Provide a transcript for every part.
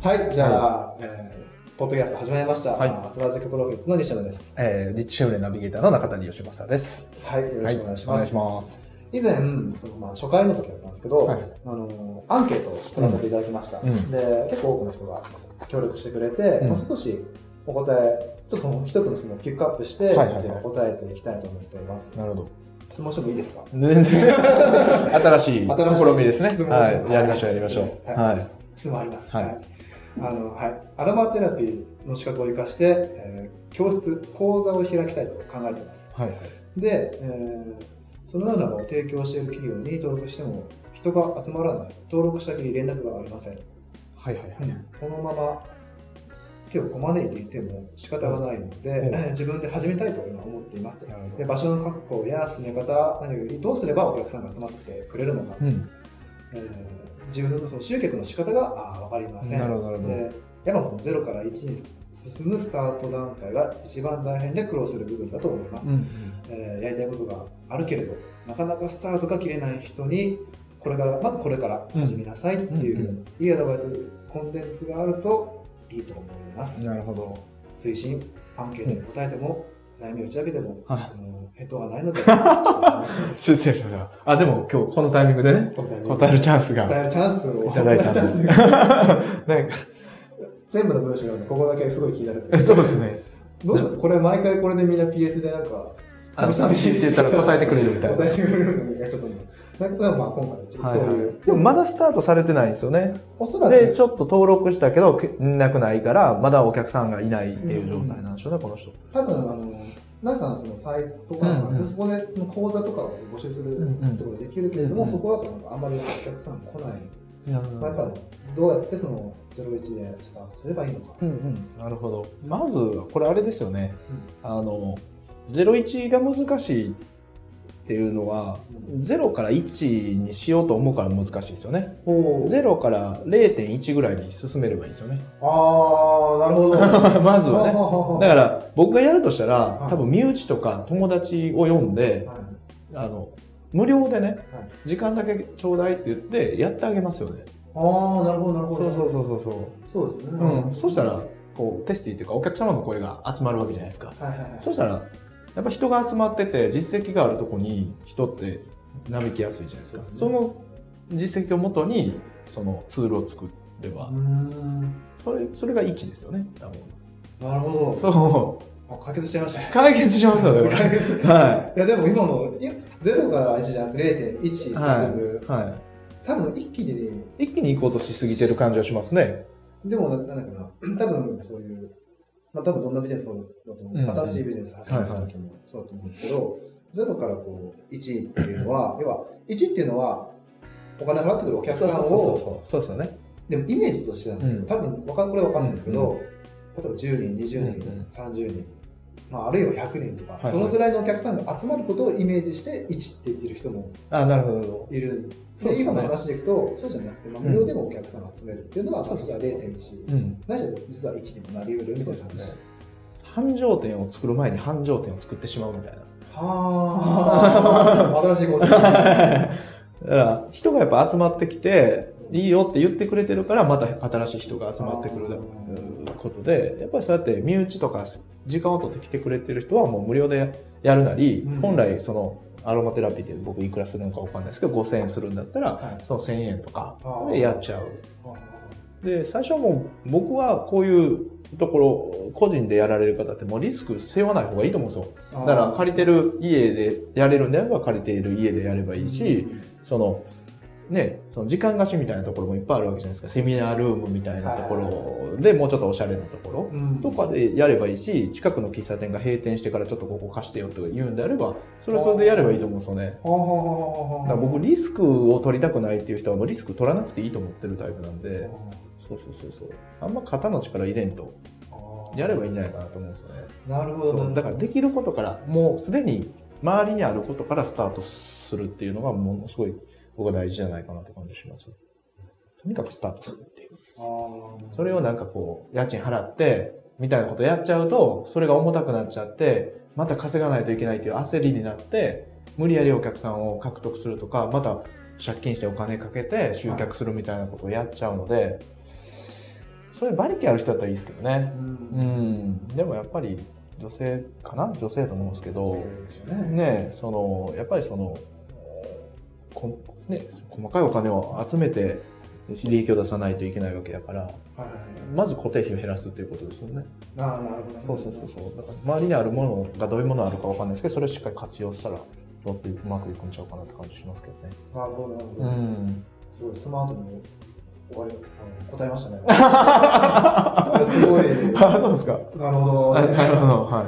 はい、じゃあ、ポッドキャスト始まりました。アツラジックプロフィッツの西野です。 リッチシェフレナビゲーターの中谷義正です。 はい、よろしくお願いします。お願いします。以前、初回の時だったんですけど、アンケートを取らせていただきました。で、結構多くの人が協力してくれて、少しお答え、ちょっと一つの質問をピックアップして、答えていきたいと思っております。 なるほど。 質問してもいいですか？ 全然。新しい試みですね。はい。やりましょう。はい。 質問あります。はい。アロマテラピーの資格を生かして、講座を開きたいと考えています。はい。で、そのようなのを提供している企業に登録しても人が集まらない。登録したきり連絡がありません。はい。このまま手をこまねいていても仕方がないので、自分で始めたいと今思っていますと。で、場所の確保や進め方、何よりどうすればお客さんが集まってくれるのか。自分のその集客の仕方が分かりません。なるほど。で、やっぱ0から1に進むスタート段階が一番大変で苦労する部分だと思います。やりたいことがあるけれど、なかなかスタートが切れない人に、まずこれから始めなさいっていう、いいアドバイス、コンテンツがあるといいと思います。なるほど。推進、アンケートに答えても、悩みを打ち明けても、返答がないので、 失礼しました。でも今日このタイミングでね、答えるチャンスが。 答えるチャンスをいただいたんです。 全部の文章がここだけすごい気になる。 そうですね。 どうします？これ毎回これでみんな PS でなんか、 寂しいって言ったら答えてくれるみたいな。 答えてくれるのがちょっとね。今回ちょっとそういう。 でもまだスタートされてないんですよね。おそらく。で、ちょっと登録したけど、連絡ないから、まだお客さんがいないっていう状態なんでしょうね、この人。 多分、なんかそのサイトが、そこでその講座とかを募集するってことができるけれども、そこだとあんまりお客さん来ない。やっぱどうやってその01でスタートすればいいのか。 なるほど。まず、これあれですよね。01が難しいっていうのは、0から1にしようと思うから難しいですよね。0から 0.1 ぐらいに進めればいいですよね。 なるほど。 まずはね。だから、僕がやるとしたら、多分身内とか友達を呼んで、無料でね、時間だけちょうだいって言ってやってあげますよね。 なるほど、なるほど。そうですね。 そしたら、こう、テスティっていうかお客様の声が集まるわけじゃないですか。そしたら、やっぱ人が集まってて実績があるとこに人ってなびきやすいじゃないですか。その実績をもとにそのツールを作れば、それが1ですよね。 なるほど。 そう。 解決しちゃいましたね。 解決しますよね、これ。 解決。はい。いや、でも今の0から1じゃなくて 0.1 進む。多分一気に行こうとしすぎてる感じはしますね。 でも、なんだかな。多分そういう、多分どんなビジネスだと思う。新しいビジネス始めた時もそうだと思うんですけど、0からこう1っていうのは、要は1っていうのはお金払ってくるお客さんを、 そうですよね。 でもイメージとしてなんですけど、多分これわかんないですけど、例えば10人、20人、30人、あるいは100人とか、そのぐらいのお客さんが集まることをイメージして1って言ってる人もいる。で、今の話でいくと、そうじゃなくて、無料でもお客さんが集めるっていうのが、実は 0.1。ないしは実は1にもなり得るみたいな話。 繁盛店を作る前に繁盛店を作ってしまうみたいな。 新しいコンセプト。 だから人がやっぱ集まってきて、いいよって言ってくれてるから、また新しい人が集まってくることで、やっぱりそうやって身内とか時間を取ってきてくれてる人はもう無料でやるなり、本来そのアロマテラピーって僕いくらするのかわかんないですけど、5000円するんだったら、その1000円とかでやっちゃう。で、最初はもう僕はこういうところ、個人でやられる方ってもうリスク背負わない方がいいと思うんですよ。だから借りてる家でやれるんであれば借りている家でやればいいし、その時間貸しみたいなところもいっぱいあるわけじゃないですか。セミナールームみたいなところでもうちょっとおしゃれなところとかでやればいいし、近くの喫茶店が閉店してからちょっとここ貸してよと言うんであれば、それでやればいいと思うんですよね。だから僕リスクを取りたくないっていう人はもうリスク取らなくていいと思ってるタイプなんで、そう。あんま肩の力入れんと、やればいいんじゃないかなと思うんですよね。なるほど。だからできることから、もうすでに周りにあることからスタートするっていうのがものすごい僕は大事じゃないかなって感じします。とにかくスタートするっていう。それをなんかこう、家賃払って、みたいなことやっちゃうと、それが重たくなっちゃって、また稼がないといけないっていう焦りになって、無理やりお客さんを獲得するとか、また借金してお金かけて集客するみたいなことをやっちゃうので、 そういう馬力ある人だったらいいですけどね。でもやっぱり女性かな、女性だと思うんですけど、ね、やっぱりね、細かいお金を集めて利益を出さないといけないわけだから、まず固定費を減らすっていうことですよね。 なるほど。 そう。だから周りにあるものがどういうものあるかわかんないですけど、それをしっかり活用したら、もっとうまくいくんちゃうかなって感じしますけどね。 なるほど。すごいスマートに答えましたね。すごい。 そうですか。 なるほど。 なるほど。はい。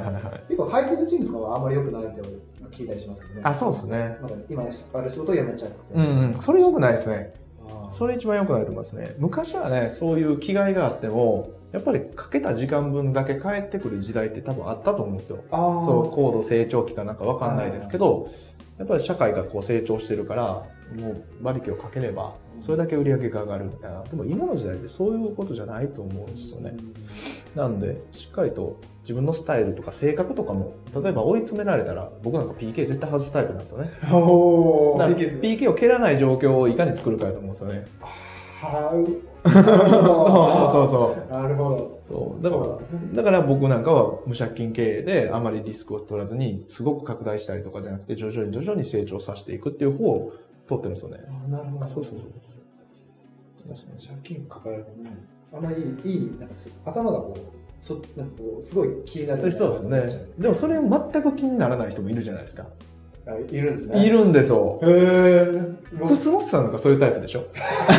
結構ハイセンスチームとかはあんまり良くないって聞いたりしますけどね。 あ、そうですね。 今ある仕事を辞めちゃう。 それ良くないですね。それ一番良くないと思いますね。昔はね、そういう気概があっても、やっぱりかけた時間分だけ返ってくる時代って多分あったと思うんですよ。そう、高度成長期かなんかわかんないですけど、やっぱり社会がこう成長してるから、もう馬力をかければ、それだけ売り上げが上がるみたいな。でも今の時代ってそういうことじゃないと思うんですよね。なんで、しっかりと自分のスタイルとか性格とかも、例えば追い詰められたら、僕なんか PK 絶対外すタイプなんですよね。PK を蹴らない状況をいかに作るかだと思うんですよね。そう。 なるほど。 そう。だから僕なんかは無借金経営であまりリスクを取らずに、すごく拡大したりとかじゃなくて、徐々に成長させていくっていう方を取ってるんですよね。 なるほど。 そう。 借金抱えるとね、あんまりいい、なんか頭がすごい気になる。 そうですね。でもそれを全く気にならない人もいるじゃないですか。 いるんですね。 いるんですよ。クスノスさんなんかそういうタイプでしょ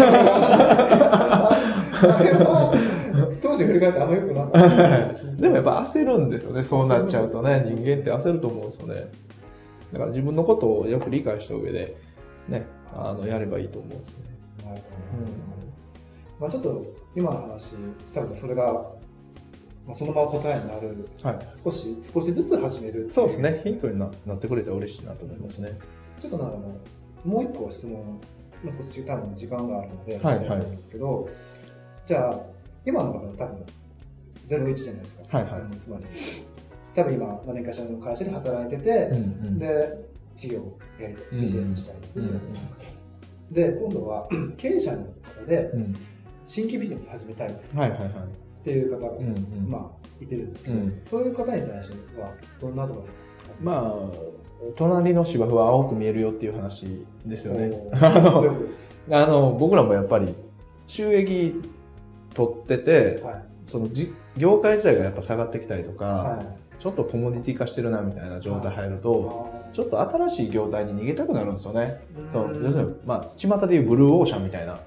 当時振り返ってあんまよくなかった。 でもやっぱ焦るんですよね。そうなっちゃうとね。人間って焦ると思うんですよね。だから自分のことをよく理解した上で、ね、やればいいと思うんですね。 ちょっと今の話、多分それが、そのまま答えになる、少しずつ始める。 そうですね。ヒントになってくれたら嬉しいなと思いますね。 ちょっともう一個質問、少し多分時間があるので、したいんですけど、じゃあ、今の方は多分01じゃないですか。つまり、多分今、何かしらの会社で働いてて、で、事業をやりたい、ビジネスしたいですね。で、今度は経営者の方で、新規ビジネス始めたいです。っていう方が、いてるんですけど、そういう方に対しては、どんなアドバイスですか？ 隣の芝生は青く見えるよっていう話ですよね。僕らもやっぱり収益取ってて、その業界自体がやっぱ下がってきたりとか、ちょっとコモディティ化してるなみたいな状態入ると、ちょっと新しい業態に逃げたくなるんですよね。要するに、巷でいうブルーオーシャンみたいな。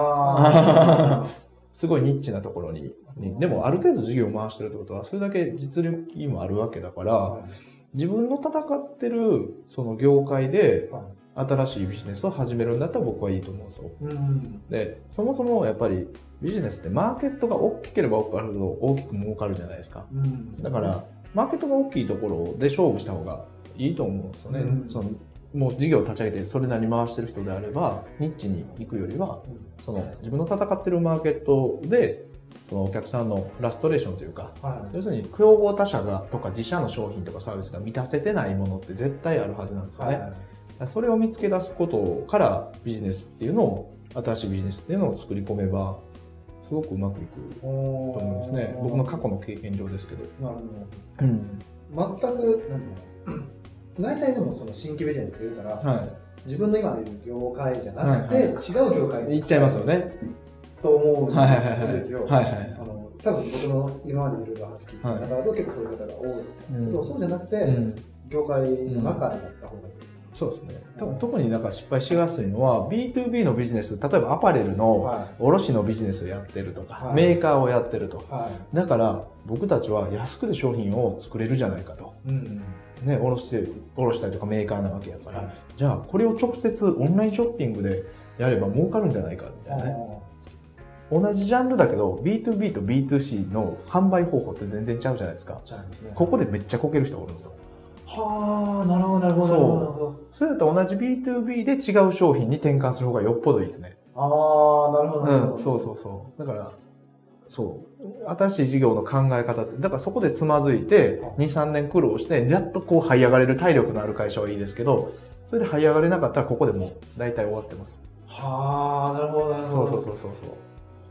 すごいニッチなところに。でもある程度事業を回してるってことは、それだけ実力もあるわけだから、自分の戦ってるその業界で新しいビジネスを始めるんだったら僕はいいと思うんですよ。で、そもそもやっぱりビジネスってマーケットが大きければ大きくなるほど大きく儲かるじゃないですか。だから、マーケットが大きいところで勝負した方がいいと思うんですよね。もう事業を立ち上げてそれなりに回してる人であれば、ニッチに行くよりは、自分の戦ってるマーケットで、お客さんのフラストレーションというか、要するに競合他社とか自社の商品とかサービスが満たせてないものって絶対あるはずなんですよね。それを見つけ出すことからビジネスっていうのを、新しいビジネスっていうのを作り込めば、すごくうまくいくと思いますね。僕の過去の経験上ですけど。 なるほど。全く、大体でもその新規ビジネスって言うから、自分の今いる業界じゃなくて、違う業界に行っちゃいますよね。 と思うんですよ。多分僕の今までいろいろ話聞いた中だと結構そういう方が多いんですけど、そうじゃなくて、業界の中でやった方がいいです。 そうですね。特に失敗しやすいのは B2B のビジネス、例えばアパレルの卸のビジネスをやってるとか、メーカーをやってると。だから僕たちは安くで商品を作れるじゃないかと。卸したりとかメーカーなわけやから、じゃあこれを直接オンラインショッピングでやれば儲かるんじゃないかみたいなね。同じジャンルだけど B2B と B2C の販売方法って全然違うじゃないですか。ここでめっちゃこける人がおるんですよ。 なるほど。 それだと同じ B2B で違う商品に転換する方がよっぽどいいですね。 なるほど。 そう。だから、新しい事業の考え方って、だからそこでつまずいて、2、3年苦労して、やっと這い上がれる体力のある会社はいいですけど、それで這い上がれなかったらここでもう大体終わってます。 なるほど。 そう。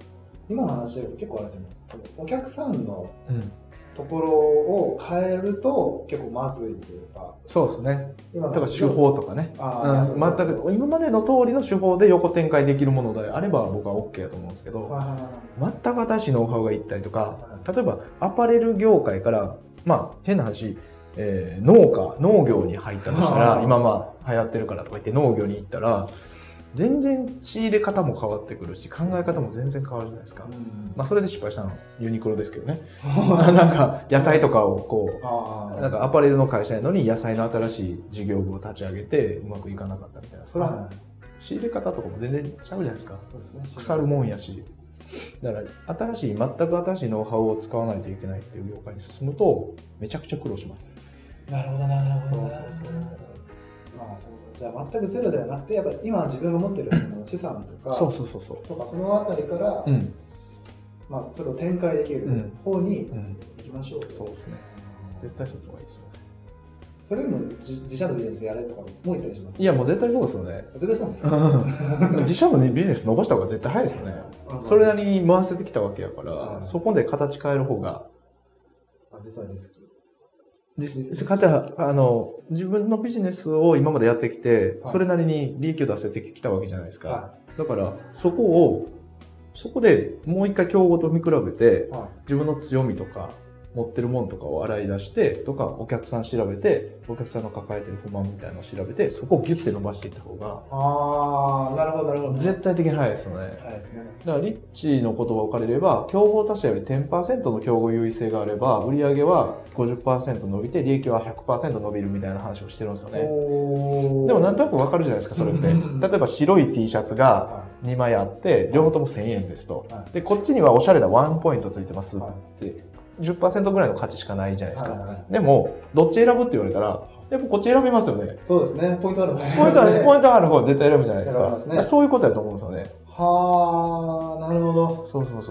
今の話で言うと結構あれですよね、そのお客さんのところを変えると結構まずいというか。 そうですね。だから手法とかね。全く今までの通りの手法で横展開できるものであれば僕は OK だと思うんですけど、全く新しいノウハウがいったりとか、例えばアパレル業界から、まあ変な話、農業に入ったとしたら、今まあ流行ってるからとか言って農業に行ったら、全然仕入れ方も変わってくるし、考え方も全然変わるじゃないですか。まあそれで失敗したのはユニクロですけどね。なんか野菜とかをこう、なんかアパレルの会社やのに野菜の新しい事業部を立ち上げてうまくいかなかったみたいな。それは仕入れ方とかも全然ちゃうじゃないですか。腐るもんやし。だから全く新しいノウハウを使わないといけないっていう業界に進むとめちゃくちゃ苦労します。 なるほどなるほど。まあじゃあ全くゼロではなくて、やっぱり今自分が持っているその資産とか、とかそのあたりから、まあそれを展開できる方に行きましょう。 そうですね。絶対そっちの方がいいですよね。 それよりも自社のビジネスやれとかも言ったりします。 いやもう絶対そうですよね。 絶対そうですね。 自社のビジネス伸ばした方が絶対早いですよね。それなりに回せてきたわけやから、そこで形変える方が。 実はリスク。 自分のビジネスを今までやってきて、それなりに利益を出せてきたわけじゃないですか。だから、そこでもう一回競合と見比べて、自分の強みとか、持ってるものとかを洗い出してとか、お客さん調べて、お客さんの抱えてる不満みたいなのを調べて、そこをギュッて伸ばしていった方が、 なるほどなるほど。 絶対的に早いですよね。 早いですね。 だからリッチの言葉を借りれば、競合他社より 10% の競合優位性があれば、売上は 50% 伸びて、利益は 100% 伸びるみたいな話をしてるんですよね。でもなんとなくわかるじゃないですか、それって。例えば白い T シャツが2枚あって、両方とも1000円ですと。で、こっちにはおしゃれなワンポイントついてますって。10% ぐらいの価値しかないじゃないですか。でも、どっち選ぶって言われたら、やっぱこっち選びますよね。 そうですね。ポイントある方ポイントある方は絶対選ぶじゃないですか。そういうことやと思うんですよね。 はあ、なるほど。 そう。 そっ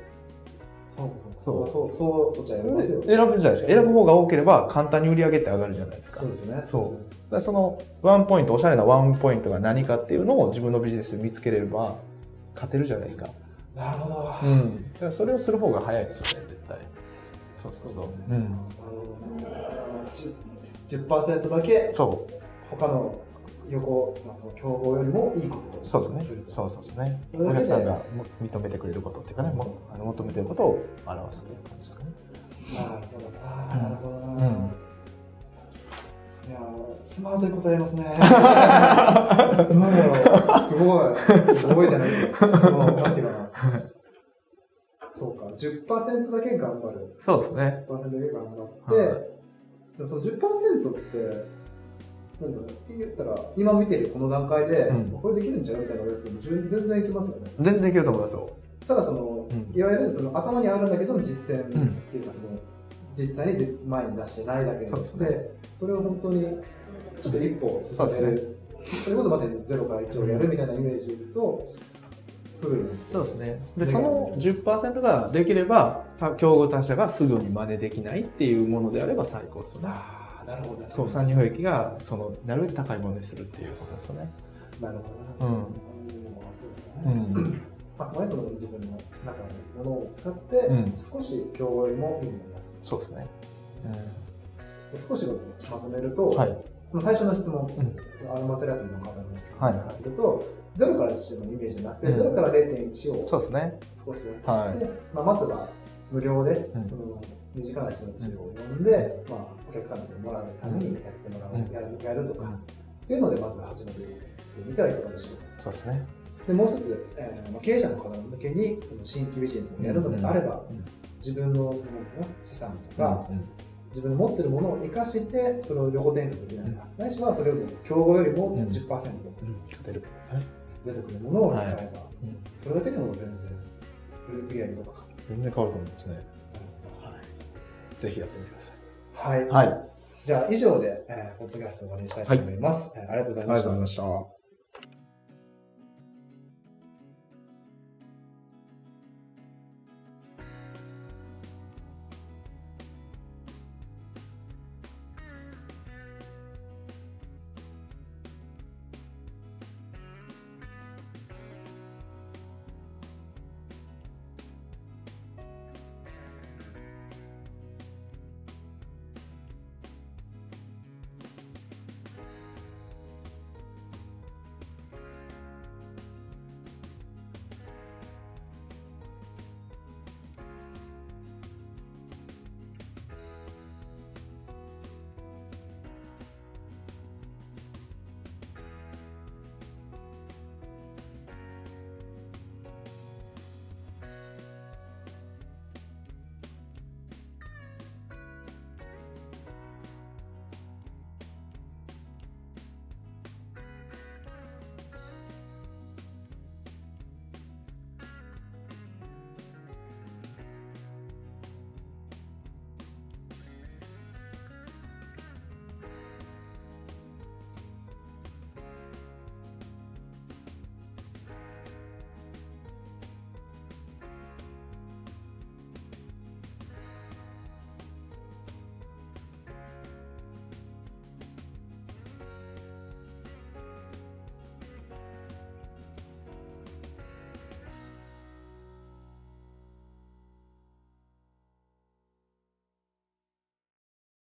ちは選びますよ。 選ぶじゃないですか。選ぶ方が多ければ簡単に売り上げって上がるじゃないですか。 そうですね。 そのワンポイント、おしゃれなワンポイントが何かっていうのを自分のビジネスで見つければ勝てるじゃないですか。 なるほど。 だからそれをする方が早いですよね、絶対。そう。 10% だけ他のその競合よりもいいことをする。 そうですね。お客さんが認めてくれることっていうかね、求めてることを表すという感じですかね。 なるほどな。いやスマートに答えますね。なんだろう、すごいじゃないか。なんていうかな。そうか、10% だけ頑張る。 そうですね。 10% だけ頑張って、でもその 10% って、なんだろう、言ったら、今見てるこの段階で、これできるんちゃうみたいなやつも全然いけますよね。 全然いけると思いますよ。 ただいわゆる頭にあるんだけど、実践っていうか、実際に前に出してないだけで、それを本当にちょっと一歩進める。それこそまさに0から1をやるみたいなイメージでいくと、 そうですね。で、その 10% ができれば、競合他社がすぐに真似できないっていうものであれば最高ですよね。 なるほど。 そう、参入益がなるべく高いものにするっていうことですよね。 なるほど。そうですね。あくまで自分の中のものを使って、少し競合よりもいいものに出す。 そうですね。 少しまとめると、最初の質問、アロマテラピーの方の質問からすると、0から1のイメージじゃなくて、0から 0.1 を少しやって、まずは無料で身近な人たちを呼んで、お客さんにもらうためにやってもらう、やるとかっていうのでまず始めてみてはいかがでしょうか。 そうですね。 でもう一つ、経営者の方向けに新規ビジネスをやるのであれば、自分の資産とか、自分の持っているものを生かしてそれを横展開できないか、ないしはそれを競合よりも 10% 出てくるものを使えば、それだけでも全然売り上げとか全然変わると思いますね。ぜひやってみてください。 はい。じゃあ以上でポッドキャストを終わりにしたいと思います。ありがとうございました。